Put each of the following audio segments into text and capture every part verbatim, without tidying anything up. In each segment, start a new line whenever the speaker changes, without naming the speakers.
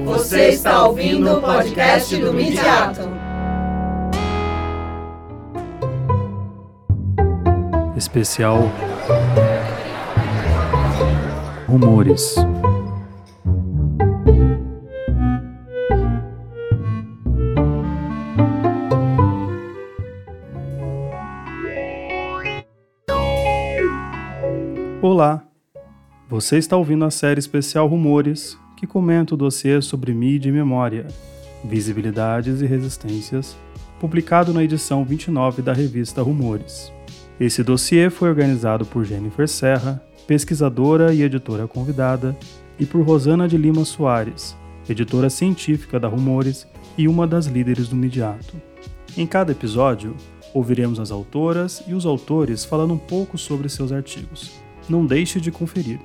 Você está ouvindo o podcast do Midiato.
Especial Rumores. Olá, você está ouvindo a série especial Rumores, que comenta o dossiê sobre mídia e memória, visibilidades e resistências, publicado na edição vinte e nove da revista Rumores. Esse dossiê foi organizado por Jennifer Serra, pesquisadora e editora convidada, e por Rosana de Lima Soares, editora científica da Rumores e uma das líderes do Midiato. Em cada episódio, ouviremos as autoras e os autores falando um pouco sobre seus artigos. Não deixe de conferir.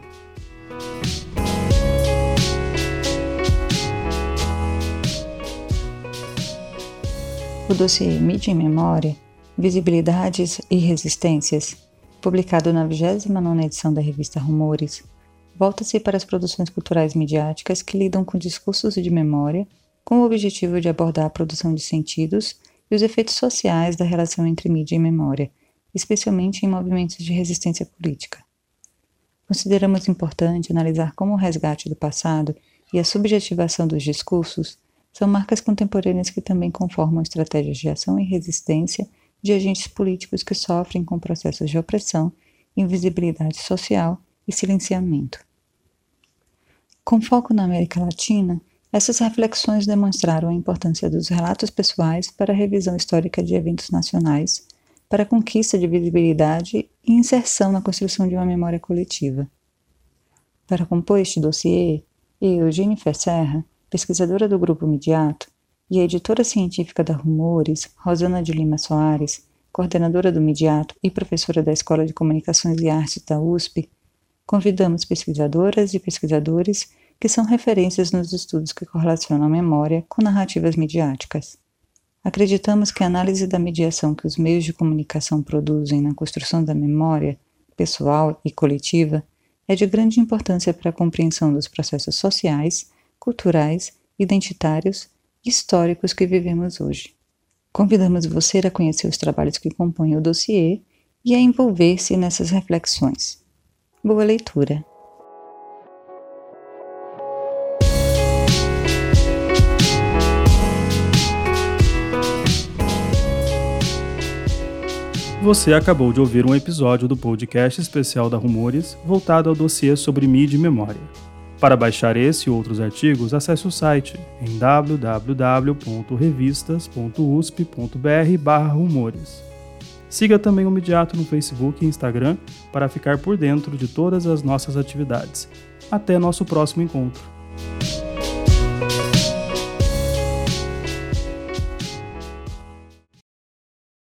O dossiê Mídia e Memória, Visibilidades e Resistências, publicado na vigésima nona edição da revista Rumores, volta-se para as produções culturais midiáticas que lidam com discursos de memória, com o objetivo de abordar a produção de sentidos e os efeitos sociais da relação entre mídia e memória, especialmente em movimentos de resistência política. Consideramos importante analisar como o resgate do passado e a subjetivação dos discursos são marcas contemporâneas que também conformam estratégias de ação e resistência de agentes políticos que sofrem com processos de opressão, invisibilidade social e silenciamento. Com foco na América Latina, essas reflexões demonstraram a importância dos relatos pessoais para a revisão histórica de eventos nacionais, para a conquista de visibilidade e inserção na construção de uma memória coletiva. Para compor este dossiê, eu, Jennifer Serra, pesquisadora do Grupo Midiato, e a editora científica da Rumores, Rosana de Lima Soares, coordenadora do Midiato e professora da Escola de Comunicações e Artes da U S P, convidamos pesquisadoras e pesquisadores que são referências nos estudos que correlacionam a memória com narrativas midiáticas. Acreditamos que a análise da mediação que os meios de comunicação produzem na construção da memória, pessoal e coletiva, é de grande importância para a compreensão dos processos sociais, culturais, identitários e históricos que vivemos hoje. Convidamos você a conhecer os trabalhos que compõem o dossiê e a envolver-se nessas reflexões. Boa leitura!
Você acabou de ouvir um episódio do podcast especial da Rumores voltado ao dossiê sobre mídia e memória. Para baixar esse e outros artigos, acesse o site em w w w ponto revistas ponto u s p ponto b r barra rumores. Siga também o Midiato no Facebook e Instagram para ficar por dentro de todas as nossas atividades. Até nosso próximo encontro!